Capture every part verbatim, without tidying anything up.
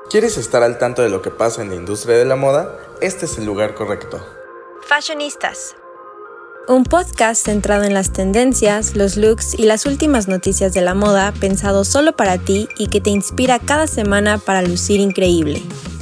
¿Quieres estar al tanto de lo que pasa en la industria de la moda? Este es el lugar correcto. Fashionistas. Un podcast centrado en las tendencias, los looks y las últimas noticias de la moda pensado solo para ti y que te inspira cada semana para lucir increíble.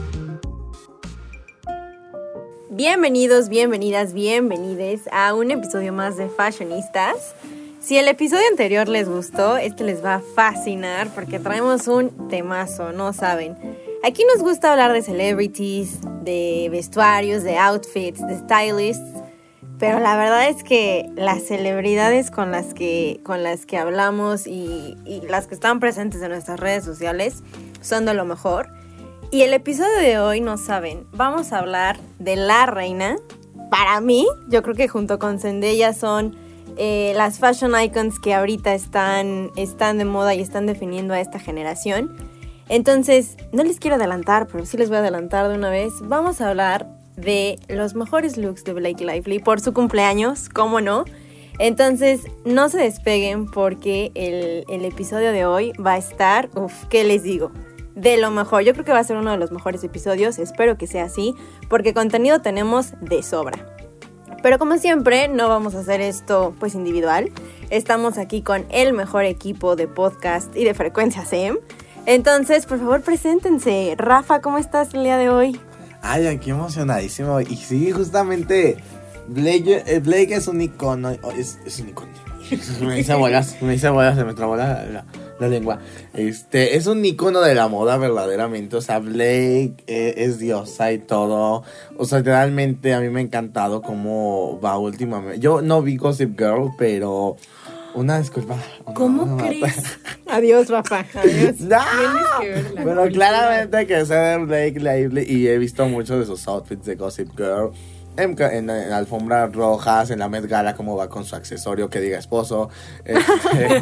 Bienvenidos, bienvenidas, bienvenides a un episodio más de Fashionistas. Si el episodio anterior les gustó, este les va a fascinar porque traemos un temazo, no saben. Aquí nos gusta hablar de celebrities, de vestuarios, de outfits, de stylists, pero la verdad es que las celebridades con las que, con las que hablamos y, y las que están presentes en nuestras redes sociales son de lo mejor. Y el episodio de hoy, no saben, vamos a hablar de la reina. Para mí, yo creo que junto con Zendaya son eh, las fashion icons que ahorita están, están de moda y están definiendo a esta generación. Entonces, no les quiero adelantar, pero sí les voy a adelantar de una vez. Vamos a hablar de los mejores looks de Blake Lively por su cumpleaños, ¿cómo no? Entonces, no se despeguen porque el, el episodio de hoy va a estar, uff, ¿qué les digo? De lo mejor. Yo creo que va a ser uno de los mejores episodios, espero que sea así, porque contenido tenemos de sobra. Pero como siempre, no vamos a hacer esto pues individual. Estamos aquí con el mejor equipo de podcast y de Frecuencia S E M. Entonces, por favor, preséntense. Rafa, ¿cómo estás el día de hoy? Ay, aquí emocionadísimo. Y sí, justamente, Blake, Blake es un icono. Es, es un icono. Me hice bolas, me hice bolas, se me trabó la, la, la lengua. Este, es un icono de la moda verdaderamente. O sea, Blake es, es diosa y todo. O sea, realmente a mí me ha encantado cómo va últimamente. Yo no vi Gossip Girl, pero... Una disculpa. ¿Cómo no, crees? No, Adiós, Rafa. Adiós. No, pero claramente que sé de Blake Lively y he visto muchos de sus outfits de Gossip Girl. En, en, en alfombras rojas, en la Met Gala, cómo va con su accesorio que diga esposo. Este,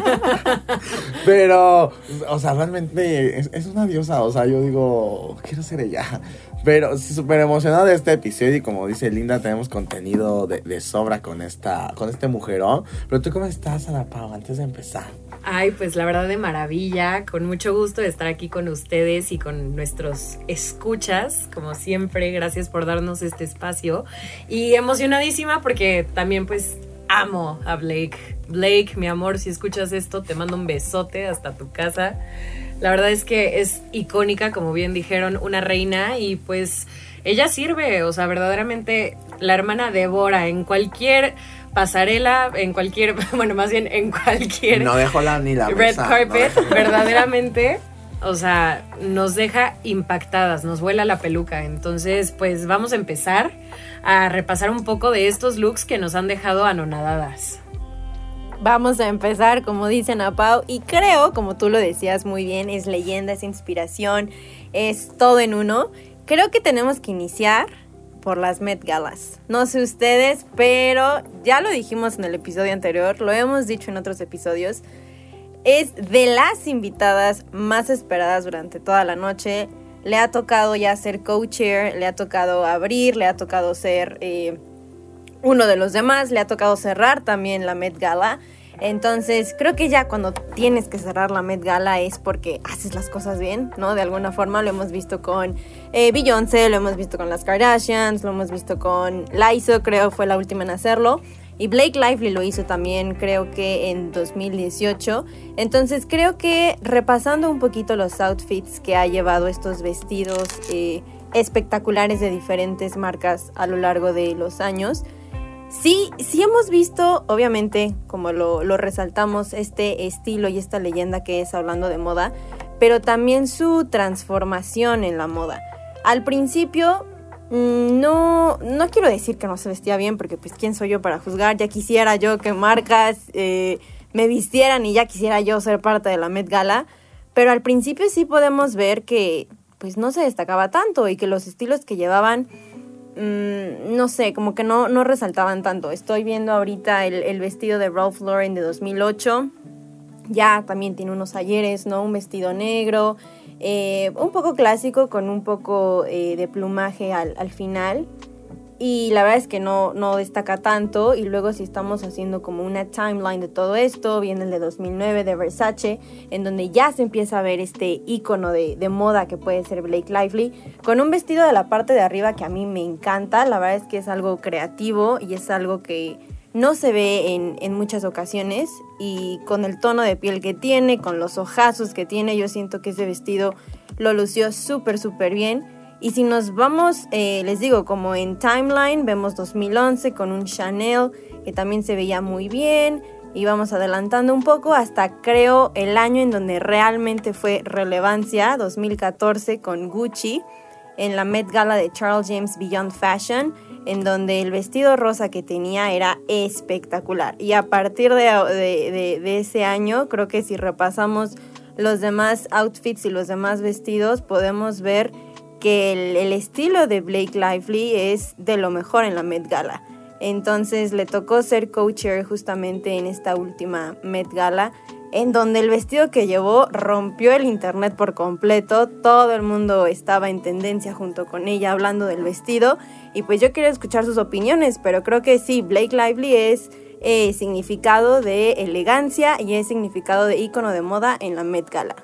pero, o sea, realmente es, es una diosa. O sea, yo digo, quiero ser ella. Pero súper emocionado de este episodio y como dice Linda, tenemos contenido de, de sobra con esta con este mujerón. Pero tú, ¿cómo estás, Ana Pau, antes de empezar? Ay, pues la verdad de maravilla, con mucho gusto de estar aquí con ustedes y con nuestros escuchas, como siempre, gracias por darnos este espacio. Y emocionadísima porque también pues amo a Blake. Blake, mi amor, si escuchas esto, te mando un besote hasta tu casa. La verdad es que es icónica, como bien dijeron, una reina y pues ella sirve, o sea, verdaderamente la hermana Débora en cualquier pasarela, en cualquier, bueno, más bien en cualquier... No dejó la, ni la red mesa, carpet, no. Verdaderamente, o sea, nos deja impactadas, nos vuela la peluca. Entonces, pues vamos a empezar a repasar un poco de estos looks que nos han dejado anonadadas. Vamos a empezar, como dicen a Pau, y creo, como tú lo decías muy bien, es leyenda, es inspiración, es todo en uno. Creo que tenemos que iniciar por las Met Galas. No sé ustedes, pero ya lo dijimos en el episodio anterior, lo hemos dicho en otros episodios, es de las invitadas más esperadas durante toda la noche. Le ha tocado ya ser co-chair, le ha tocado abrir, le ha tocado ser... Eh, uno de los demás, le ha tocado cerrar también la Met Gala. Entonces, creo que ya cuando tienes que cerrar la Met Gala es porque haces las cosas bien, ¿no? De alguna forma lo hemos visto con eh, Beyoncé, lo hemos visto con las Kardashians, lo hemos visto con Lizzo, creo fue la última en hacerlo. Y Blake Lively lo hizo también, creo que en dos mil dieciocho. Entonces, creo que repasando un poquito los outfits que ha llevado estos vestidos eh, espectaculares de diferentes marcas a lo largo de los años, Sí, sí hemos visto, obviamente, como lo, lo resaltamos, este estilo y esta leyenda que es hablando de moda, pero también su transformación en la moda. Al principio, no, no quiero decir que no se vestía bien, porque pues quién soy yo para juzgar, ya quisiera yo que marcas eh, me vistieran y ya quisiera yo ser parte de la Met Gala, pero al principio sí podemos ver que pues no se destacaba tanto y que los estilos que llevaban... Mm, no sé, como que no, no resaltaban tanto. Estoy viendo ahorita el, el vestido de Ralph Lauren de dos mil ocho. Ya también tiene unos ayeres, ¿no? Un vestido negro, eh, un poco clásico con un poco eh, de plumaje al, al final. y la verdad es que no, no destaca tanto. Y luego si estamos haciendo como una timeline de todo esto, viene el de dos mil nueve de Versace, en donde ya se empieza a ver este ícono de, de moda que puede ser Blake Lively, con un vestido de la parte de arriba que a mí me encanta. La verdad es que es algo creativo y es algo que no se ve en, en muchas ocasiones, y con el tono de piel que tiene, con los ojazos que tiene, yo siento que ese vestido lo lució súper súper bien. Y si nos vamos, eh, les digo, como en timeline, vemos dos mil once con un Chanel que también se veía muy bien, y vamos adelantando un poco hasta creo el año en donde realmente fue relevancia, dos mil catorce con Gucci, en la Met Gala de Charles James Beyond Fashion, en donde el vestido rosa que tenía era espectacular. Y a partir de, de, de, de ese año, creo que si repasamos los demás outfits y los demás vestidos, podemos ver que el, el estilo de Blake Lively es de lo mejor en la Met Gala. Entonces le tocó ser co-chair justamente en esta última Met Gala, en donde el vestido que llevó rompió el internet por completo. Todo el mundo estaba en tendencia junto con ella hablando del vestido, y pues yo quiero escuchar sus opiniones, pero creo que sí, Blake Lively es eh, significado de elegancia y es significado de ícono de moda en la Met Gala.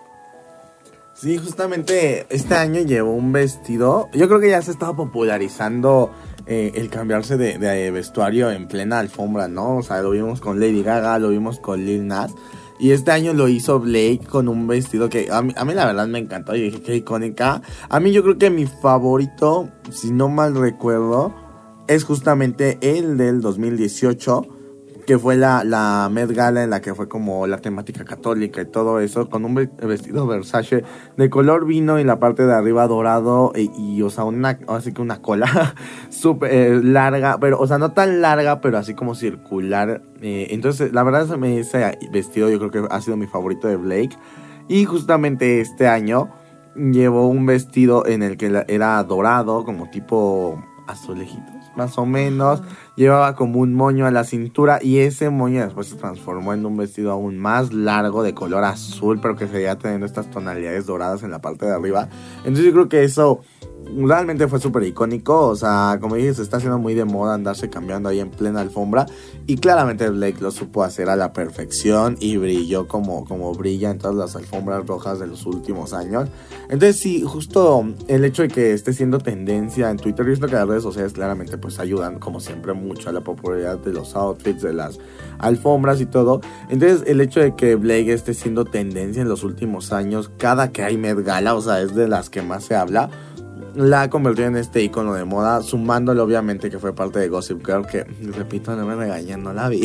Sí, justamente este año llevó un vestido. Yo creo que ya se estaba popularizando eh, el cambiarse de, de vestuario en plena alfombra, ¿no? O sea, lo vimos con Lady Gaga, lo vimos con Lil Nas. Y este año lo hizo Blake con un vestido que a mí, a mí la verdad me encantó. Y dije, qué icónica. A mí yo creo que mi favorito, si no mal recuerdo, es justamente el del dos mil dieciocho, que fue la, la Met Gala, en la que fue como la temática católica y todo eso, con un vestido Versace de color vino y la parte de arriba dorado, y, y o sea, una, así que una cola súper eh, larga, pero, o sea, no tan larga, pero así como circular. Eh, entonces, la verdad, ese vestido yo creo que ha sido mi favorito de Blake. Y justamente este año llevó un vestido en el que era dorado, como tipo azulejitos, más o menos. Llevaba como un moño a la cintura, y ese moño después se transformó en un vestido aún más largo de color azul, pero que seguía teniendo estas tonalidades doradas en la parte de arriba. Entonces yo creo que eso realmente fue súper icónico. O sea, como dije, se está haciendo muy de moda andarse cambiando ahí en plena alfombra, y claramente Blake lo supo hacer a la perfección y brilló como, como brilla en todas las alfombras rojas de los últimos años. Entonces sí, justo el hecho de que esté siendo tendencia en Twitter, y esto que las redes sociales claramente pues ayudan como siempre mucho a la popularidad de los outfits, de las alfombras y todo. Entonces el hecho de que Blake esté siendo tendencia en los últimos años, cada que hay Met Gala, o sea, es de las que más se habla, la ha convertido en este icono de moda, sumándole obviamente que fue parte de Gossip Girl, que repito, no me regañen, no la vi.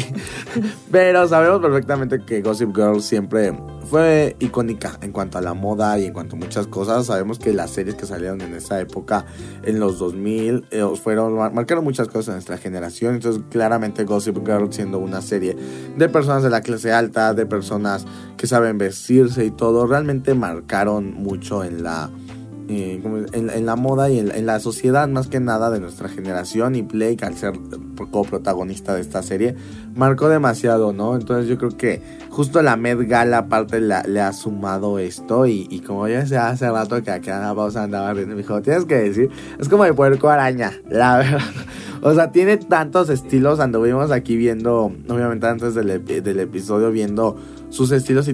Pero sabemos perfectamente que Gossip Girl siempre fue icónica en cuanto a la moda y en cuanto a muchas cosas. Sabemos que las series que salieron en esa época, en los dos mil, eh, fueron, marcaron muchas cosas en nuestra generación. Entonces claramente Gossip Girl, siendo una serie de personas de la clase alta, de personas que saben vestirse y todo, realmente marcaron mucho en la Eh, en, en la moda y en, en la sociedad más que nada de nuestra generación. Y Blake, al ser coprotagonista de esta serie, marcó demasiado, ¿no? Entonces yo creo que justo la Met Gala aparte la, le ha sumado esto. Y, y como ya decía hace rato que aquí en la pausa andaba riendo, me dijo, tienes que decir, es como de puerco araña, la verdad. O sea, tiene tantos estilos. Anduvimos aquí viendo, obviamente antes del, del episodio, viendo sus estilos, y,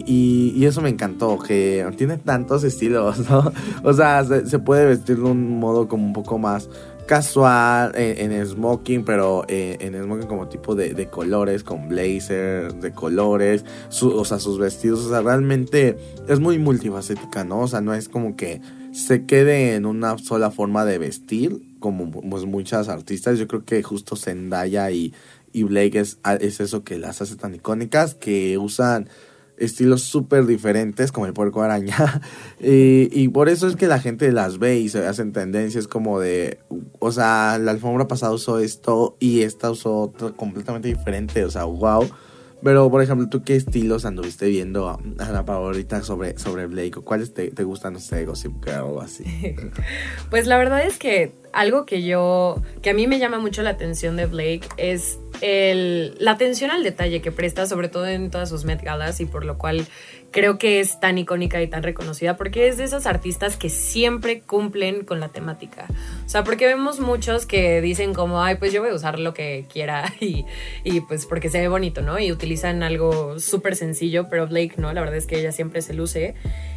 y, y eso me encantó, que tiene tantos estilos, ¿no? O sea, se, se puede vestir de un modo como un poco más casual, en, en smoking, pero eh, en smoking como tipo de, de colores, con blazer de colores, su, o sea, sus vestidos, o sea, realmente es muy multifacética, ¿no? O sea, no es como que se quede en una sola forma de vestir, como pues, muchas artistas. Yo creo que justo Zendaya y Y Blake es, es eso que las hace tan icónicas, que usan estilos súper diferentes como el puerco araña. y, y por eso es que la gente las ve y se hacen tendencias como de, o sea, la alfombra pasada usó esto y esta usó otro completamente diferente. O sea, wow. Pero, por ejemplo, ¿tú qué estilos anduviste viendo, Ana Pau, ahorita sobre, sobre Blake? ¿O cuáles te, te gustan, no sé, Gossip Girl o así? Pues la verdad es que algo que yo, que a mí me llama mucho la atención de Blake es el, la atención al detalle que presta, sobre todo en todas sus Met Galas, y por lo cual creo que es tan icónica y tan reconocida, porque es de esas artistas que siempre cumplen con la temática. O sea, porque vemos muchos que dicen como, ay, pues yo voy a usar lo que quiera y, y pues porque se ve bonito, ¿no? Y utilizan algo súper sencillo, pero Blake no, la verdad es que ella siempre se luce.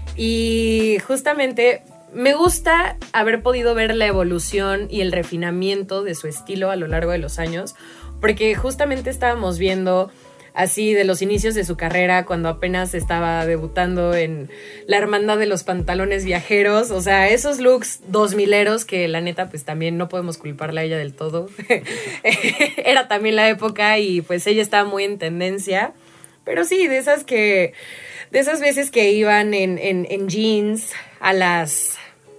Y justamente me gusta haber podido ver la evolución y el refinamiento de su estilo a lo largo de los años, porque justamente estábamos viendo así de los inicios de su carrera, cuando apenas estaba debutando en la hermandad de los pantalones viajeros, o sea, esos looks dos mileros que la neta pues también no podemos culparla a ella del todo. Era también la época y pues ella estaba muy en tendencia, pero sí, de esas que, de esas veces que iban en, en, en jeans a las,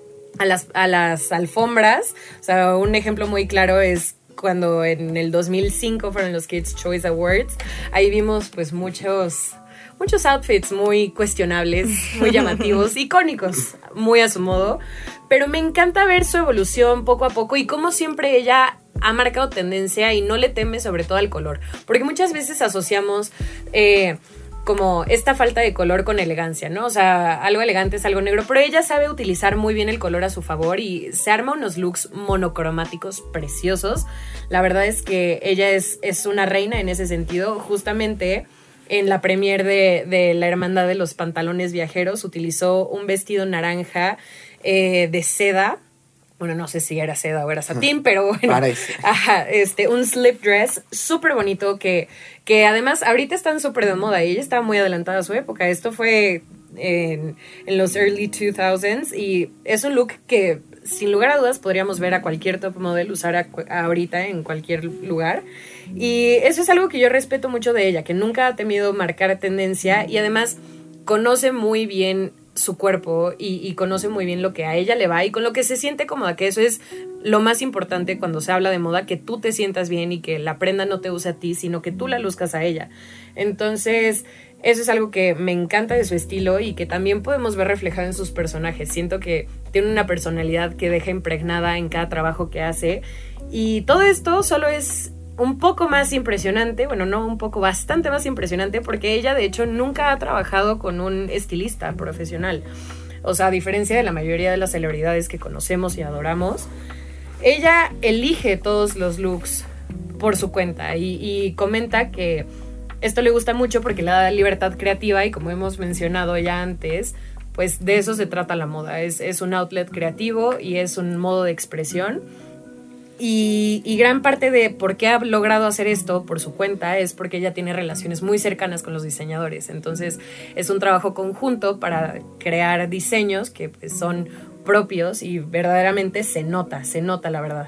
a las, a las alfombras, o sea, un ejemplo muy claro es cuando en el dos mil cinco fueron los Kids' Choice Awards. Ahí vimos pues muchos, muchos outfits muy cuestionables, muy llamativos, icónicos, muy a su modo. Pero me encanta ver su evolución poco a poco y cómo siempre ella ha marcado tendencia y no le teme sobre todo al color. Porque muchas veces asociamos Eh, como esta falta de color con elegancia, ¿no? O sea, algo elegante es algo negro, pero ella sabe utilizar muy bien el color a su favor y se arma unos looks monocromáticos preciosos. La verdad es que ella es, es una reina en ese sentido. Justamente en la premiere de, de La Hermandad de los Pantalones Viajeros utilizó un vestido naranja eh, de seda. Bueno, no sé si era seda o era satín, pero bueno. Parece. Ajá, este, un slip dress súper bonito que, que además ahorita están súper de moda y ella estaba muy adelantada a su época. Esto fue en, en los early two thousands y es un look que sin lugar a dudas podríamos ver a cualquier top model usar a, a ahorita en cualquier lugar. Y eso es algo que yo respeto mucho de ella, que nunca ha temido marcar tendencia y además conoce muy bien su cuerpo y, y conoce muy bien lo que a ella le va y con lo que se siente cómoda, que eso es lo más importante cuando se habla de moda, que tú te sientas bien y que la prenda no te use a ti, sino que tú la luzcas a ella. Entonces, eso es algo que me encanta de su estilo y que también podemos ver reflejado en sus personajes. Siento que tiene una personalidad que deja impregnada en cada trabajo que hace y todo esto solo es un poco más impresionante, bueno, no un poco, bastante más impresionante, porque ella de hecho nunca ha trabajado con un estilista profesional. O sea, a diferencia de la mayoría de las celebridades que conocemos y adoramos, ella elige todos los looks por su cuenta y, y comenta que esto le gusta mucho porque le da libertad creativa y como hemos mencionado ya antes, pues de eso se trata la moda, es, es un outlet creativo y es un modo de expresión. Y, y gran parte de por qué ha logrado hacer esto por su cuenta es porque ella tiene relaciones muy cercanas con los diseñadores. Entonces es un trabajo conjunto para crear diseños que pues, son propios y verdaderamente se nota, se nota la verdad.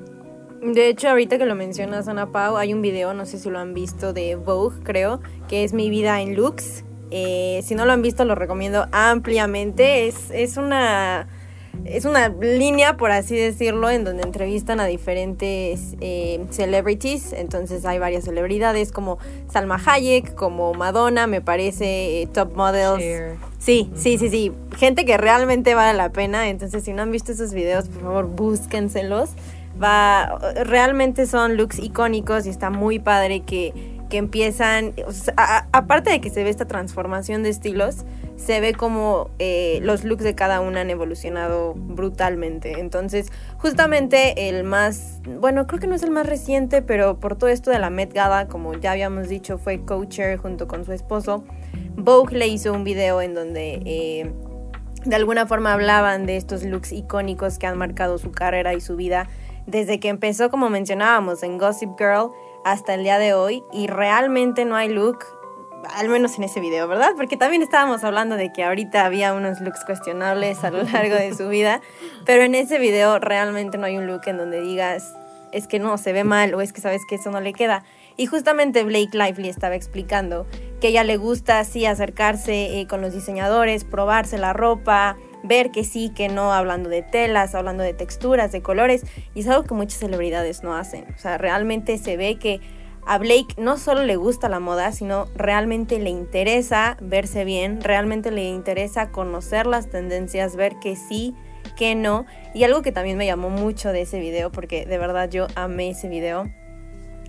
De hecho, ahorita que lo mencionas, Ana Pau, hay un video, no sé si lo han visto, de Vogue, creo, que es Mi Vida en Looks. Eh, si no lo han visto, lo recomiendo ampliamente. Es, es una... Es una línea, por así decirlo, en donde entrevistan a diferentes eh, celebrities. Entonces hay varias celebridades como Salma Hayek, como Madonna, me parece, eh, top models. Cher. Sí, sí, sí, sí. Gente que realmente vale la pena. Entonces, si no han visto esos videos, por favor, búsquenselos. Va, realmente son looks icónicos y está muy padre que, que empiezan, o sea, a, aparte de que se ve esta transformación de estilos, se ve como eh, los looks de cada una han evolucionado brutalmente. Entonces, justamente el más, bueno, creo que no es el más reciente, pero por todo esto de la Met Gala, como ya habíamos dicho, fue Coacher junto con su esposo. Vogue le hizo un video en donde eh, de alguna forma hablaban de estos looks icónicos que han marcado su carrera y su vida desde que empezó, como mencionábamos, en Gossip Girl hasta el día de hoy, y realmente no hay look, al menos en ese video, ¿verdad? Porque también estábamos hablando de que ahorita había unos looks cuestionables a lo largo de su vida, pero en ese video realmente no hay un look en donde digas, es que no, se ve mal, o es que sabes que eso no le queda. Y justamente Blake Lively estaba explicando que a ella le gusta así acercarse eh, con los diseñadores, probarse la ropa, ver que sí, que no, hablando de telas, hablando de texturas, de colores, y es algo que muchas celebridades no hacen. O sea, realmente se ve que a Blake no solo le gusta la moda, sino realmente le interesa verse bien, realmente le interesa conocer las tendencias, ver que sí, que no. Y algo que también me llamó mucho de ese video, porque de verdad yo amé ese video,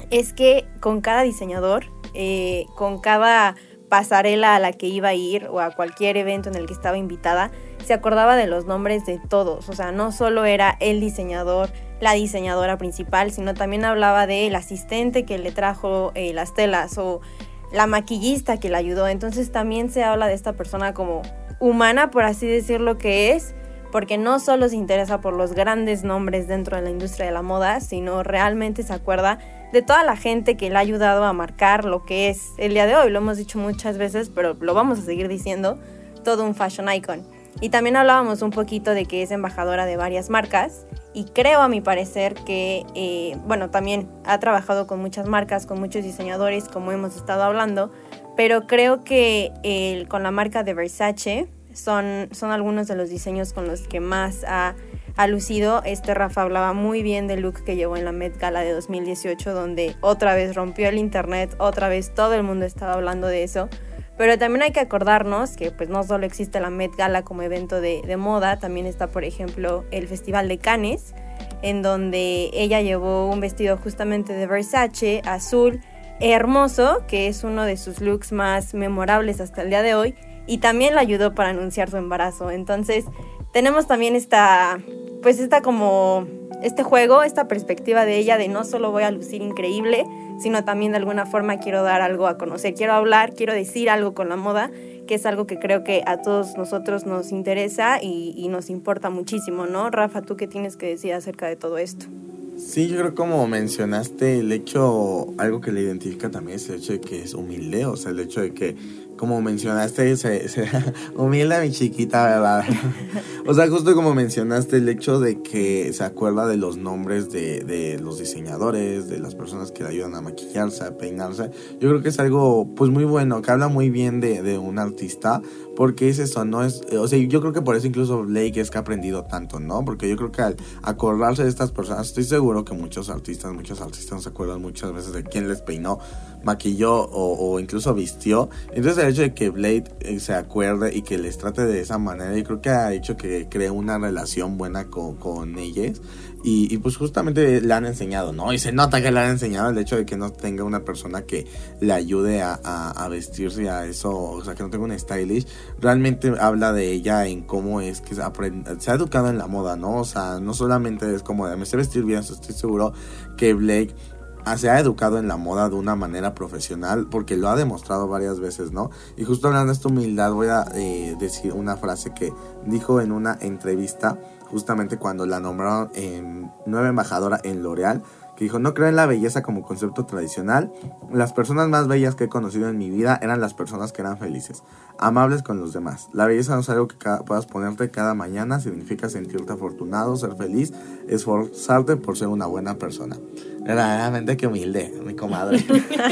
es que con cada diseñador, eh, con cada pasarela a la que iba a ir o a cualquier evento en el que estaba invitada, se acordaba de los nombres de todos. O sea, no solo era el diseñador, la diseñadora principal, sino también hablaba del asistente que le trajo eh, las telas o la maquillista que la ayudó. Entonces también se habla de esta persona como humana, por así decirlo, que es, porque no solo se interesa por los grandes nombres dentro de la industria de la moda, sino realmente se acuerda de toda la gente que le ha ayudado a marcar lo que es el día de hoy. Lo hemos dicho muchas veces, pero lo vamos a seguir diciendo, todo un fashion icon. Y también hablábamos un poquito de que es embajadora de varias marcas y creo, a mi parecer, que, eh, bueno, también ha trabajado con muchas marcas, con muchos diseñadores, como hemos estado hablando, pero creo que eh, con la marca de Versace son, son algunos de los diseños con los que más ha, ha lucido. Este Rafa hablaba muy bien del look que llevó en la Met Gala de dos mil dieciocho, donde otra vez rompió el internet, otra vez todo el mundo estaba hablando de eso. Pero también hay que acordarnos que pues no solo existe la Met Gala como evento de, de moda, también está, por ejemplo, el Festival de Cannes, en donde ella llevó un vestido justamente de Versace, azul, hermoso, que es uno de sus looks más memorables hasta el día de hoy, y también la ayudó para anunciar su embarazo. Entonces tenemos también esta, pues esta como, este juego, esta perspectiva de ella de no solo voy a lucir increíble, sino también de alguna forma quiero dar algo a conocer, quiero hablar, quiero decir algo con la moda, que es algo que creo que a todos nosotros nos interesa y, y nos importa muchísimo, ¿no? Rafa, ¿tú qué tienes que decir acerca de todo esto? Sí, yo creo que como mencionaste, el hecho, algo que le identifica también es el hecho de que es humilde, o sea, el hecho de que, como mencionaste, se, se humilde mi chiquita, ¿verdad? O sea, justo como mencionaste, el hecho de que se acuerda de los nombres de, de los diseñadores, de las personas que le ayudan a maquillarse, a peinarse, yo creo que es algo, pues, muy bueno, que habla muy bien de, de un artista, porque es eso, ¿no? Es, o sea, yo creo que por eso incluso Blake es que ha aprendido tanto, ¿no? Porque yo creo que al acordarse de estas personas, estoy seguro que muchos artistas, muchos artistas no se acuerdan muchas veces de quién les peinó, maquilló o, o incluso vistió. Entonces el hecho de que Blade eh, se acuerde y que les trate de esa manera, yo creo que ha hecho que cree una relación buena con, con ellas. Y, y pues justamente le han enseñado, ¿no? Y se nota que le han enseñado el hecho de que no tenga una persona que le ayude a, a, a vestirse a eso, o sea, que no tenga un stylish. Realmente habla de ella en cómo es que se, aprende, se ha educado en la moda, ¿no? O sea, no solamente es como de me sé vestir bien, estoy seguro que Blake se ha educado en la moda de una manera profesional, porque lo ha demostrado varias veces, ¿no? Y justo hablando de esta humildad, voy a eh, decir una frase que dijo en una entrevista, justamente cuando la nombraron en nueva embajadora en L'Oreal, que dijo: no creo en la belleza como concepto tradicional. Las personas más bellas que he conocido en mi vida eran las personas que eran felices, amables con los demás. La belleza no es algo que cada, puedas ponerte cada mañana, significa sentirte afortunado, ser feliz, esforzarte por ser una buena persona. Verdaderamente que humilde, mi comadre.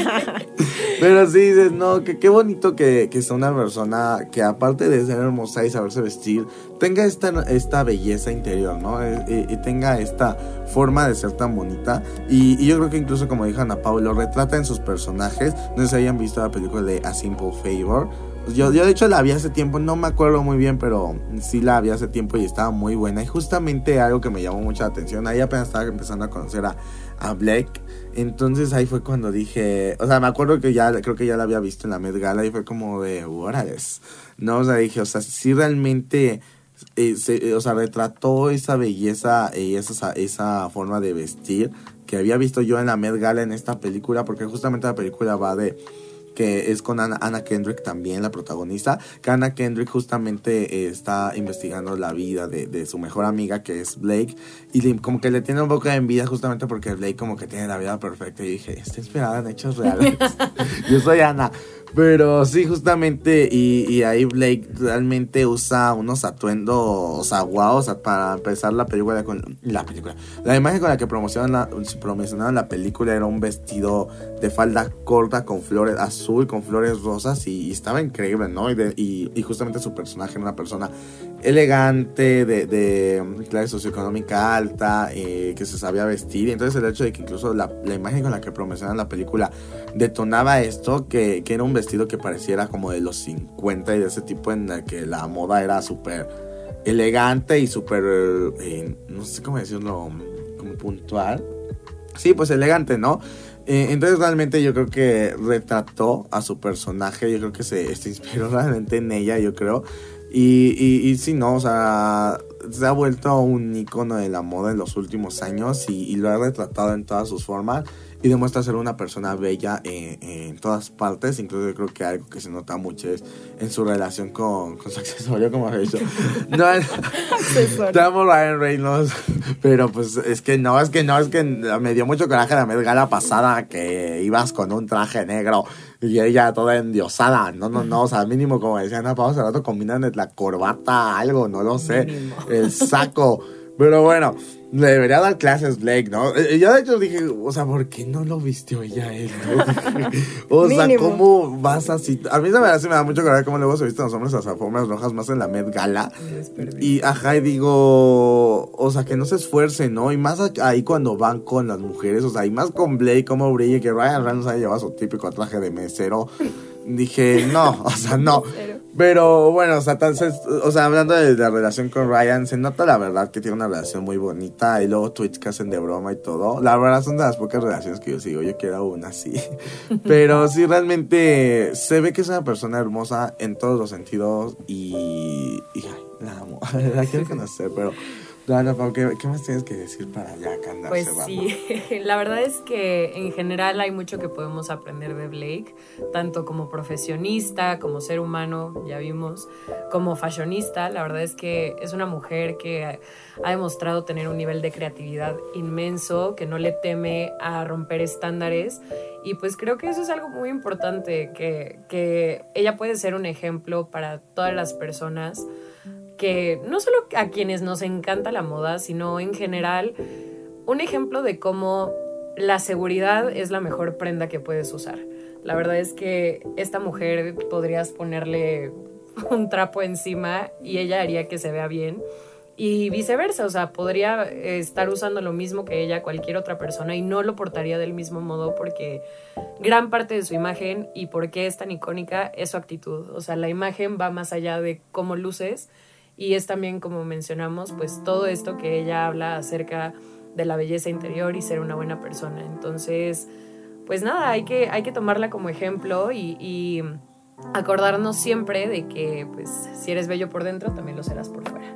Pero sí dices, no, que qué bonito que, que sea una persona que, aparte de ser hermosa y saberse vestir, tenga esta, esta belleza interior, ¿no? Y, y tenga esta forma de ser tan bonita. Y, y yo creo que incluso, como dijo Ana Pau, lo retrata en sus personajes. No sé si hayan visto la película de A Simple Favor. Yo, yo de hecho la vi hace tiempo, no me acuerdo muy bien, pero sí la vi hace tiempo y estaba muy buena. Y justamente algo que me llamó mucha atención, ahí apenas estaba empezando a conocer a, a Blake. Entonces ahí fue cuando dije, o sea, me acuerdo que ya, creo que ya la había visto en la Met Gala y fue como de, órales, no, o sea, dije, o sea, sí realmente, eh, se, o sea, retrató esa belleza y esa, esa forma de vestir que había visto yo en la Met Gala en esta película, porque justamente la película va de... que es con Anna, Anna Kendrick también, la protagonista, que Anna Kendrick justamente eh, está investigando la vida de, de su mejor amiga, que es Blake, y le, como que le tiene un poco de envidia justamente porque Blake como que tiene la vida perfecta, y dije, está inspirada en hechos reales. Yo soy Anna. Pero sí, justamente, y, y ahí Blake realmente usa unos atuendos, o sea, guau, o sea, para empezar la película, con la película, la imagen con la que promocionaban la, promocionaban la película era un vestido de falda corta con flores azul, con flores rosas, y, y estaba increíble, ¿no? Y, de, y, y justamente su personaje era una persona elegante, de, de clase socioeconómica alta, eh, que se sabía vestir, y entonces el hecho de que incluso la, la imagen con la que promocionaban la película detonaba esto, que, que era un vestido que pareciera como de los cincuenta y de ese tipo, en el que la moda era súper elegante y súper, eh, no sé cómo decirlo, como puntual. Sí, pues elegante, ¿no? Eh, entonces realmente yo creo que retrató a su personaje, yo creo que se, se inspiró realmente en ella, yo creo. Y, y, y sí, no, o sea, se ha vuelto un ícono de la moda en los últimos años y, y lo ha retratado en todas sus formas y demuestra ser una persona bella en, en todas partes. Incluso yo creo que algo que se nota mucho es en su relación con, con su accesorio, como he dicho. No, te amo, Ryan Reynolds, pero pues es que no, es que no, es que me dio mucho coraje la Met Gala pasada que ibas con un traje negro y ella toda endiosada. No, no, no, o sea, mínimo, como decía Ana Pau hace rato, combinan la corbata, algo, no lo sé, mínimo. El saco. Pero bueno, le debería dar clases Blake, ¿no? Yo de hecho dije, o sea, ¿por qué no lo vistió ella él, no? O sea, mínimo. ¿Cómo vas así? A mí se me, hace, me da mucho coraje cómo luego se visten los hombres a las alfombras rojas más en la Met Gala. Y ajá, y digo, o sea, que no se esfuercen, ¿no? Y más ahí cuando van con las mujeres, o sea, y más con Blake, como brille, que Ryan Reynolds ahí lleva su típico traje de mesero. Dije, no, o sea, no. Pero bueno, o sea, entonces, o sea, hablando de la relación con Ryan, se nota la verdad que tiene una relación muy bonita. Y luego tweets que hacen de broma y todo. La verdad son de las pocas relaciones que yo sigo. Yo quiero una así. Pero sí, realmente se ve que es una persona hermosa en todos los sentidos. Y, y ay, la amo. La quiero conocer, pero... Ana Pau, ¿qué, ¿qué más tienes que decir para ya andar Pues cerrando? Sí, la verdad es que en general hay mucho que podemos aprender de Blake, tanto como profesionista, como ser humano, ya vimos, como fashionista. La verdad es que es una mujer que ha demostrado tener un nivel de creatividad inmenso, que no le teme a romper estándares. Y pues creo que eso es algo muy importante, que, que ella puede ser un ejemplo para todas las personas, que no solo a quienes nos encanta la moda, sino en general un ejemplo de cómo la seguridad es la mejor prenda que puedes usar. La verdad es que esta mujer podrías ponerle un trapo encima y ella haría que se vea bien, y viceversa, o sea, podría estar usando lo mismo que ella cualquier otra persona y no lo portaría del mismo modo, porque gran parte de su imagen y por qué es tan icónica es su actitud. O sea, la imagen va más allá de cómo luces. Y es también, como mencionamos, pues todo esto que ella habla acerca de la belleza interior y ser una buena persona. Entonces, pues nada, hay que, hay que tomarla como ejemplo y, y acordarnos siempre de que, pues, si eres bello por dentro, también lo serás por fuera.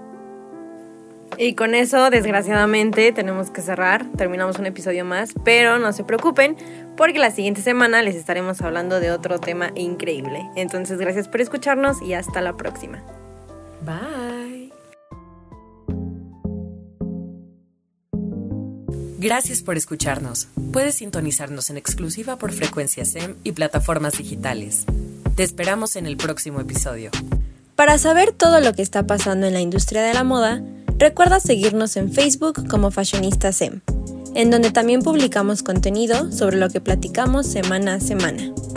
Y con eso, desgraciadamente, tenemos que cerrar. Terminamos un episodio más, pero no se preocupen, porque la siguiente semana les estaremos hablando de otro tema increíble. Entonces, gracias por escucharnos y hasta la próxima. Bye. Gracias por escucharnos. Puedes sintonizarnos en exclusiva por Frecuencia S E M y plataformas digitales. Te esperamos en el próximo episodio. Para saber todo lo que está pasando en la industria de la moda, recuerda seguirnos en Facebook como Fashionista S E M, en donde también publicamos contenido sobre lo que platicamos semana a semana.